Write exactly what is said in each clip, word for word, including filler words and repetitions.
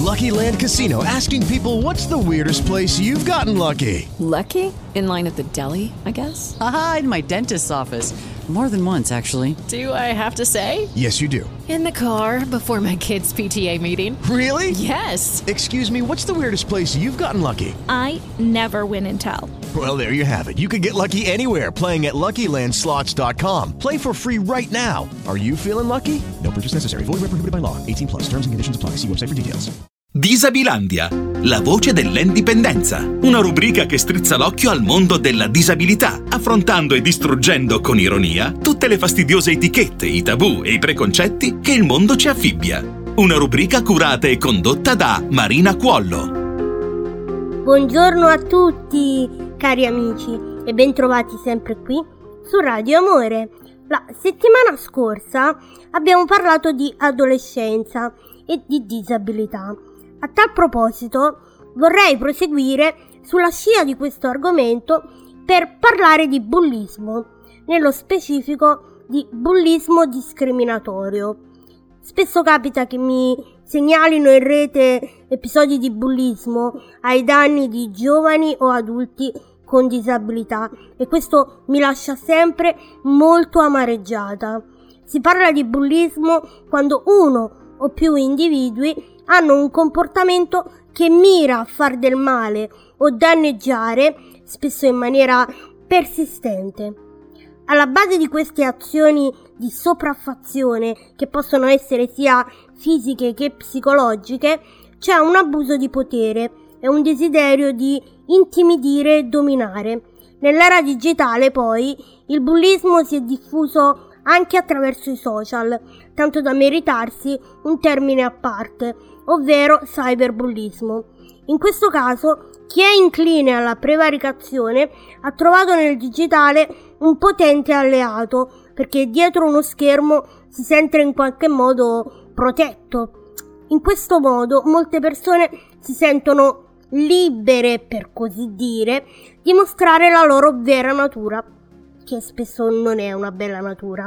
Lucky Land Casino, asking people, what's the weirdest place you've gotten lucky? Lucky? In line at the deli, I guess? Aha, in my dentist's office. More than once, actually. Do I have to say? Yes, you do. In the car before my kids' P T A meeting. Really? Yes. Excuse me, what's the weirdest place you've gotten lucky? I never win and tell. Well, there you have it. You can get lucky anywhere, playing at Lucky Land Slots dot com. Play for free right now. Are you feeling lucky? No purchase necessary. Void where prohibited by law. eighteen plus. Terms and conditions apply. See website for details. Disabilandia, la voce dell'indipendenza. Una rubrica che strizza l'occhio al mondo della disabilità, affrontando e distruggendo con ironia tutte le fastidiose etichette, i tabù e i preconcetti che il mondo ci affibbia. Una rubrica curata e condotta da Marina Cuollo. Buongiorno a tutti, cari amici, e bentrovati sempre qui su Radio Amore. La settimana scorsa abbiamo parlato di adolescenza e di disabilità. A tal proposito vorrei proseguire sulla scia di questo argomento per parlare di bullismo, nello specifico di bullismo discriminatorio. Spesso capita che mi segnalino in rete episodi di bullismo ai danni di giovani o adulti con disabilità e questo mi lascia sempre molto amareggiata. Si parla di bullismo quando uno o più individui hanno un comportamento che mira a far del male o danneggiare, spesso in maniera persistente. Alla base di queste azioni di sopraffazione, che possono essere sia fisiche che psicologiche, c'è un abuso di potere e un desiderio di intimidire e dominare. Nell'era digitale, poi, il bullismo si è diffuso anche attraverso i social, tanto da meritarsi un termine a parte, ovvero cyberbullismo. In questo caso, chi è incline alla prevaricazione ha trovato nel digitale un potente alleato, perché dietro uno schermo si sente in qualche modo protetto. In questo modo molte persone si sentono libere, per così dire, di mostrare la loro vera natura, che spesso non è una bella natura.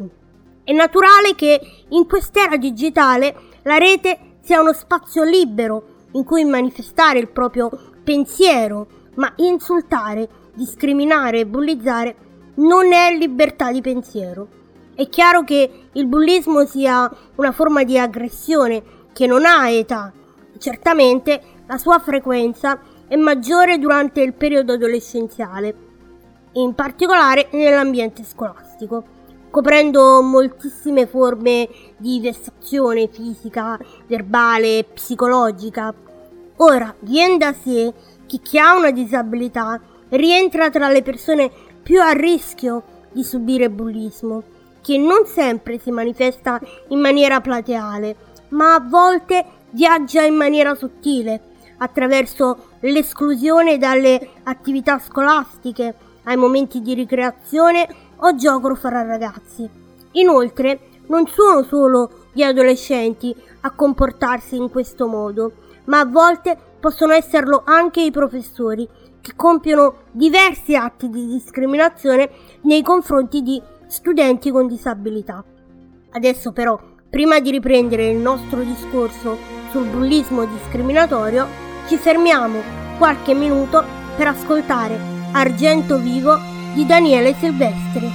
È naturale che in quest'era digitale la rete sia uno spazio libero in cui manifestare il proprio pensiero, ma insultare, discriminare e bullizzare non è libertà di pensiero. È chiaro che il bullismo sia una forma di aggressione che non ha età. Certamente la sua frequenza è maggiore durante il periodo adolescenziale, in particolare nell'ambiente scolastico, coprendo moltissime forme di vessazione fisica, verbale, psicologica. Ora, viene da sé che chi ha una disabilità rientra tra le persone più a rischio di subire bullismo, che non sempre si manifesta in maniera plateale, ma a volte viaggia in maniera sottile, attraverso l'esclusione dalle attività scolastiche, ai momenti di ricreazione o gioco fra ragazzi. Inoltre, non sono solo gli adolescenti a comportarsi in questo modo, ma a volte possono esserlo anche i professori, che compiono diversi atti di discriminazione nei confronti di studenti con disabilità. Adesso però, prima di riprendere il nostro discorso sul bullismo discriminatorio, ci fermiamo qualche minuto per ascoltare Argento Vivo di Daniele Silvestri.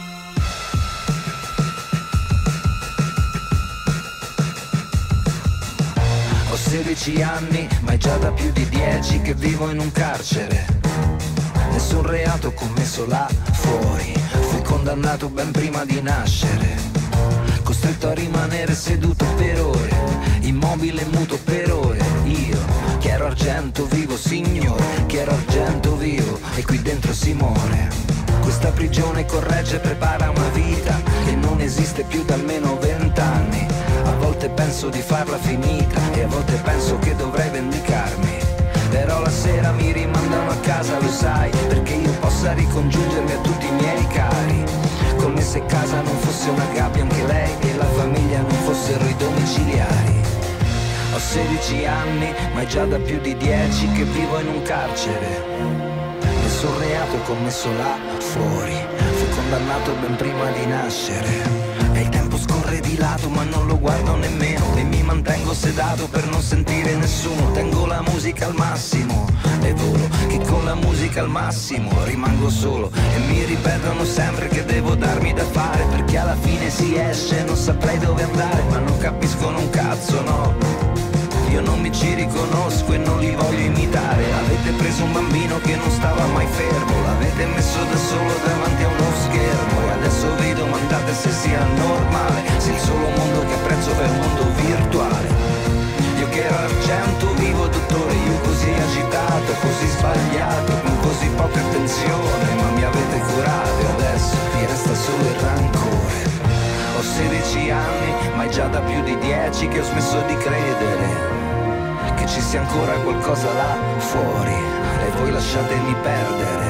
Ho sedici anni, ma è già da più di dieci che vivo in un carcere. Nessun reato commesso là fuori, fui condannato ben prima di nascere. Costretto a rimanere seduto per ore, immobile e muto per ore. Io, che ero argento vivo, signore, che ero argento vivo, e qui dentro si muore. Questa prigione corregge e prepara una vita che non esiste più da almeno vent'anni. A volte penso di farla finita e a volte penso che dovrei vendicarmi. Però la sera mi rimandano a casa, lo sai, perché io possa ricongiungermi a tutti i miei cari. Come se casa non fosse una gabbia, anche lei e la famiglia non fossero i domiciliari. Ho sedici anni, ma è già da più di dieci che vivo in un carcere. Nessun reato commesso là fuori, fui condannato ben prima di nascere. E il tempo scorre sole di lato ma non lo guardo nemmeno e mi mantengo sedato per non sentire nessuno. Tengo la musica al massimo e volo, che con la musica al massimo rimango solo. E mi ripetono sempre che devo darmi da fare, perché alla fine si esce, non saprei dove andare, ma non capiscono un cazzo, no. Io non mi ci riconosco e non li voglio imitare. Avete preso un bambino che non stava mai fermo, l'avete messo da solo davanti a uno schermo e adesso vi domandate se sia normale, se il solo mondo che apprezzo è un mondo virtuale. Io che ero argento vivo dottore, io così agitato, così sbagliato, con così poca attenzione, ma mi avete curato e adesso mi resta solo il rancore. Ho sedici anni, ma è già da più di dieci che ho smesso di credere che ci sia ancora qualcosa là fuori e voi lasciatemi perdere.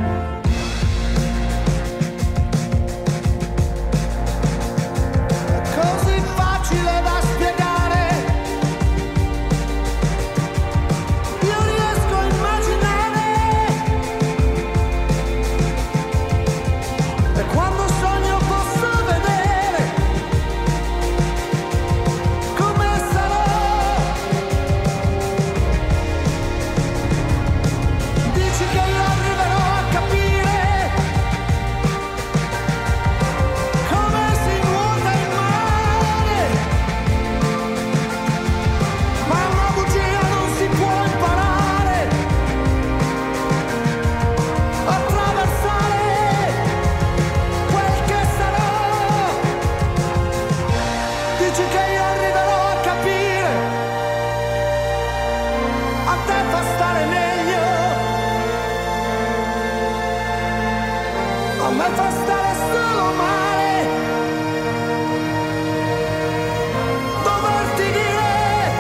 È così facile da spiegare, io riesco a immaginare, e quando sogno posso vedere come sarò. Dici che io arriverò a capire come si nuota in mare, ma una bugia non si può imparare, attraversare quel che sarò. Dici che io arriverò a capire, a te fa stare meglio, a me fa stare solo male, doverti dire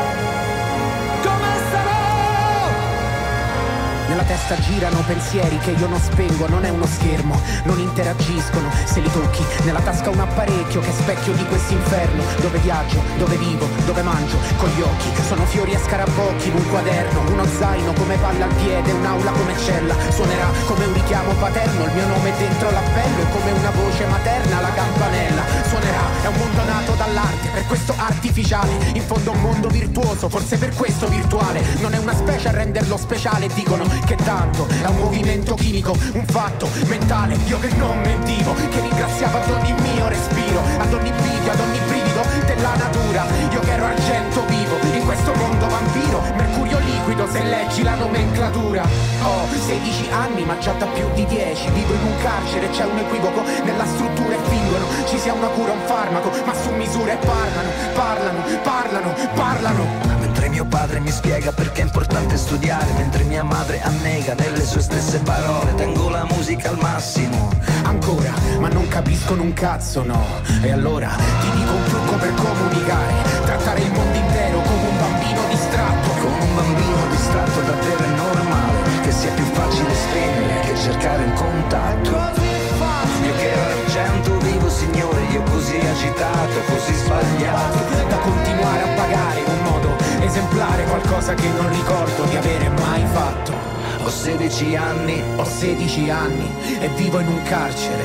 come sarò. Nella testa girano pensieri che io non spengo, non è uno schermo, non interagiscono se li tocchi. Nella tasca un apparecchio che è specchio di quest'inferno, dove viaggio, dove vivo, dove mangio, con gli occhi. Sono fiori e scarabocchi in un quaderno, uno zaino come palla al piede, un'aula come cella. Suonerà come un richiamo paterno, il mio nome dentro l'appello, e come una voce materna la campanella. Suonerà, è un mondo nato dall'arte, per questo artificiale, in fondo un mondo virtuoso, forse per questo virtuale. Non è una specie a renderlo speciale, dicono che tanto è un movimento chimico, un fatto mentale. Io che non mentivo, che ringraziavo ad ogni mio respiro, ad ogni video, ad ogni brivido della natura. Io che ero argento vivo, in questo mondo vampiro, mercurio liquido se leggi la nomenclatura. Ho sedici anni ma già da più di dieci vivo in un carcere, c'è un equivoco nella struttura e fingono ci sia una cura, un farmaco, ma su misura e parlano, parlano, parlano, parlano. Mentre mio padre mi spiega perché è importante studiare, mentre mia madre annega nelle sue stesse parole, tengo la musica al massimo. Ancora, ma non capiscono un cazzo, no. E allora ti dico un trucco per comunicare, trattare il mondo intero come un bambino distratto. Con un bambino distratto davvero è normale che sia più facile spegnere che cercare un contatto. Io che ero argento vivo signore, io così agitato, così sbagliato, da continuare a pagare in un modo esemplare qualcosa che non ricordo di avere mai fatto. Ho sedici anni, Ho sedici anni e vivo in un carcere.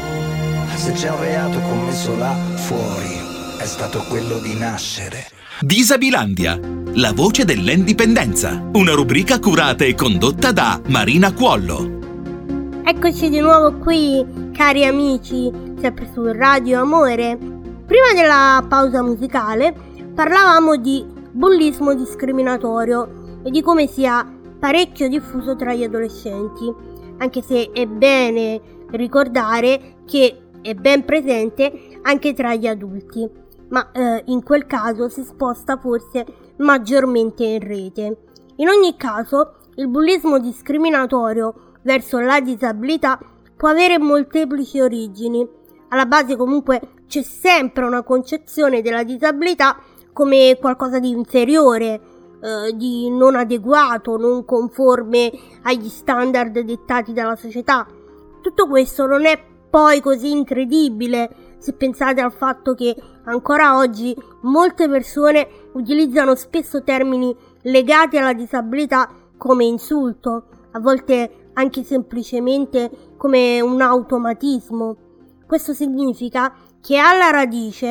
se c'è un reato commesso là fuori è stato quello di nascere. Disabilandia, la voce dell'indipendenza, una rubrica curata e condotta da Marina Cuollo. Eccoci di nuovo qui, cari amici, sempre su Radio Amore. Prima della pausa musicale parlavamo di bullismo discriminatorio e di come sia parecchio diffuso tra gli adolescenti, anche se è bene ricordare che è ben presente anche tra gli adulti, ma eh, in quel caso si sposta forse maggiormente in rete. In ogni caso, il bullismo discriminatorio verso la disabilità può avere molteplici origini. Alla base comunque c'è sempre una concezione della disabilità come qualcosa di inferiore, eh, di non adeguato, non conforme agli standard dettati dalla società. Tutto questo non è poi così incredibile se pensate al fatto che ancora oggi molte persone utilizzano spesso termini legati alla disabilità come insulto, a volte anche semplicemente come un automatismo. Questo significa che alla radice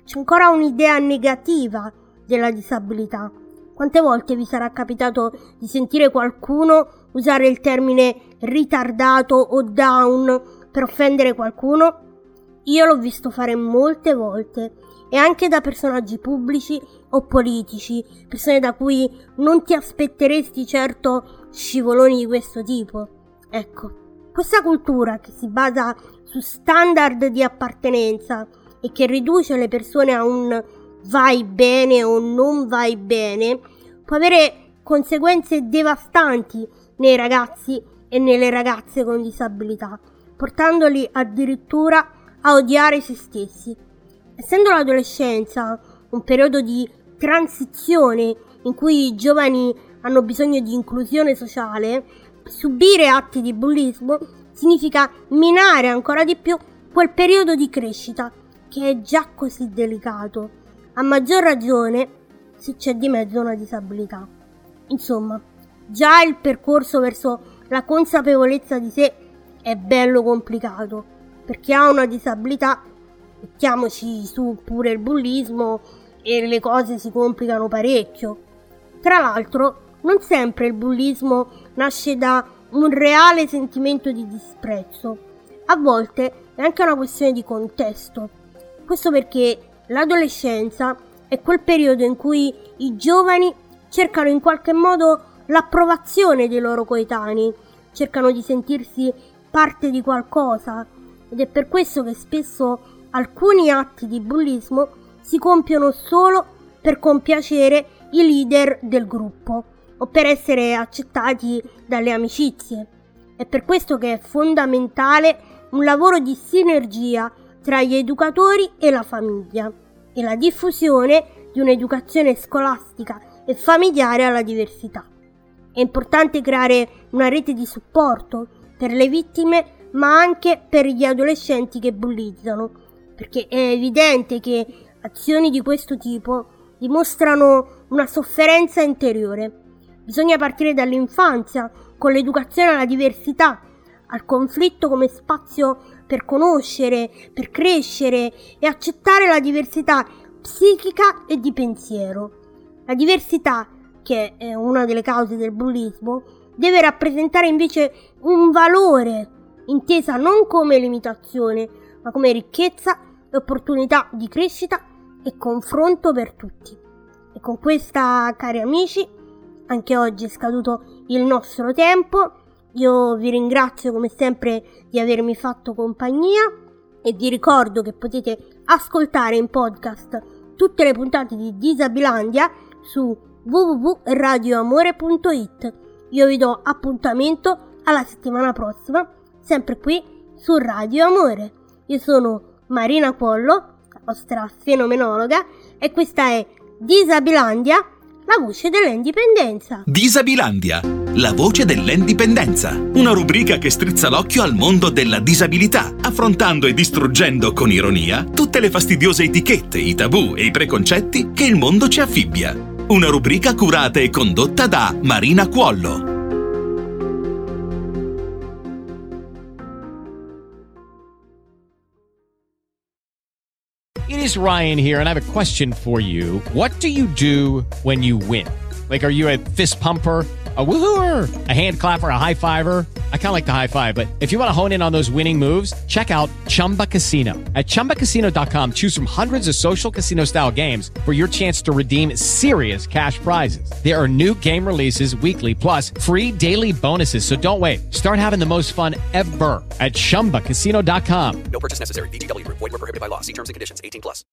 c'è ancora un'idea negativa della disabilità. Quante volte vi sarà capitato di sentire qualcuno usare il termine ritardato o down per offendere qualcuno? Io l'ho visto fare molte volte, e anche da personaggi pubblici o politici, persone da cui non ti aspetteresti certo scivoloni di questo tipo. Ecco, questa cultura che si basa su standard di appartenenza e che riduce le persone a un vai bene o non vai bene può avere conseguenze devastanti nei ragazzi e nelle ragazze con disabilità, portandoli addirittura a odiare se stessi. Essendo l'adolescenza un periodo di transizione in cui i giovani hanno bisogno di inclusione sociale, subire atti di bullismo significa minare ancora di più quel periodo di crescita che è già così delicato, a maggior ragione se c'è di mezzo una disabilità. Insomma, già il percorso verso la consapevolezza di sé è bello complicato. Per chi ha una disabilità, mettiamoci su pure il bullismo e le cose si complicano parecchio. Tra l'altro, non sempre il bullismo nasce da un reale sentimento di disprezzo. A volte è anche una questione di contesto. Questo perché l'adolescenza è quel periodo in cui i giovani cercano in qualche modo l'approvazione dei loro coetanei, cercano di sentirsi parte di qualcosa, ed è per questo che spesso alcuni atti di bullismo si compiono solo per compiacere i leader del gruppo o per essere accettati dalle amicizie. È per questo che è fondamentale un lavoro di sinergia tra gli educatori e la famiglia e la diffusione di un'educazione scolastica e familiare alla diversità. È importante creare una rete di supporto per le vittime, ma anche per gli adolescenti che bullizzano, perché è evidente che azioni di questo tipo dimostrano una sofferenza interiore. Bisogna partire dall'infanzia, con l'educazione alla diversità, al conflitto come spazio per conoscere, per crescere e accettare la diversità psichica e di pensiero. La diversità, che è una delle cause del bullismo, deve rappresentare invece un valore, intesa non come limitazione, ma come ricchezza e opportunità di crescita e confronto per tutti. E con questa, cari amici, anche oggi è scaduto il nostro tempo. Io vi ringrazio come sempre di avermi fatto compagnia e vi ricordo che potete ascoltare in podcast tutte le puntate di Disabilandia su w w w punto radio amore punto i t. Io vi do appuntamento alla settimana prossima, sempre qui su Radio Amore. Io sono Marina Quollo, la vostra fenomenologa, e questa è Disabilandia, la voce dell'indipendenza. Disabilandia, la voce dell'indipendenza. Una rubrica che strizza l'occhio al mondo della disabilità, affrontando e distruggendo con ironia tutte le fastidiose etichette, i tabù e i preconcetti che il mondo ci affibbia. Una rubrica curata e condotta da Marina Quollo. It is Ryan here, and I have a question for you. What do you do when you win? Like, are you a fist pumper, a woohooer, a hand clapper, a high fiver? I kind of like the high five, but if you want to hone in on those winning moves, check out Chumba Casino. At chumba casino dot com, choose from hundreds of social casino style games for your chance to redeem serious cash prizes. There are new game releases weekly, plus free daily bonuses. So don't wait. Start having the most fun ever at chumba casino dot com. No purchase necessary. V G W Group. Void where prohibited by law. See terms and conditions. eighteen plus.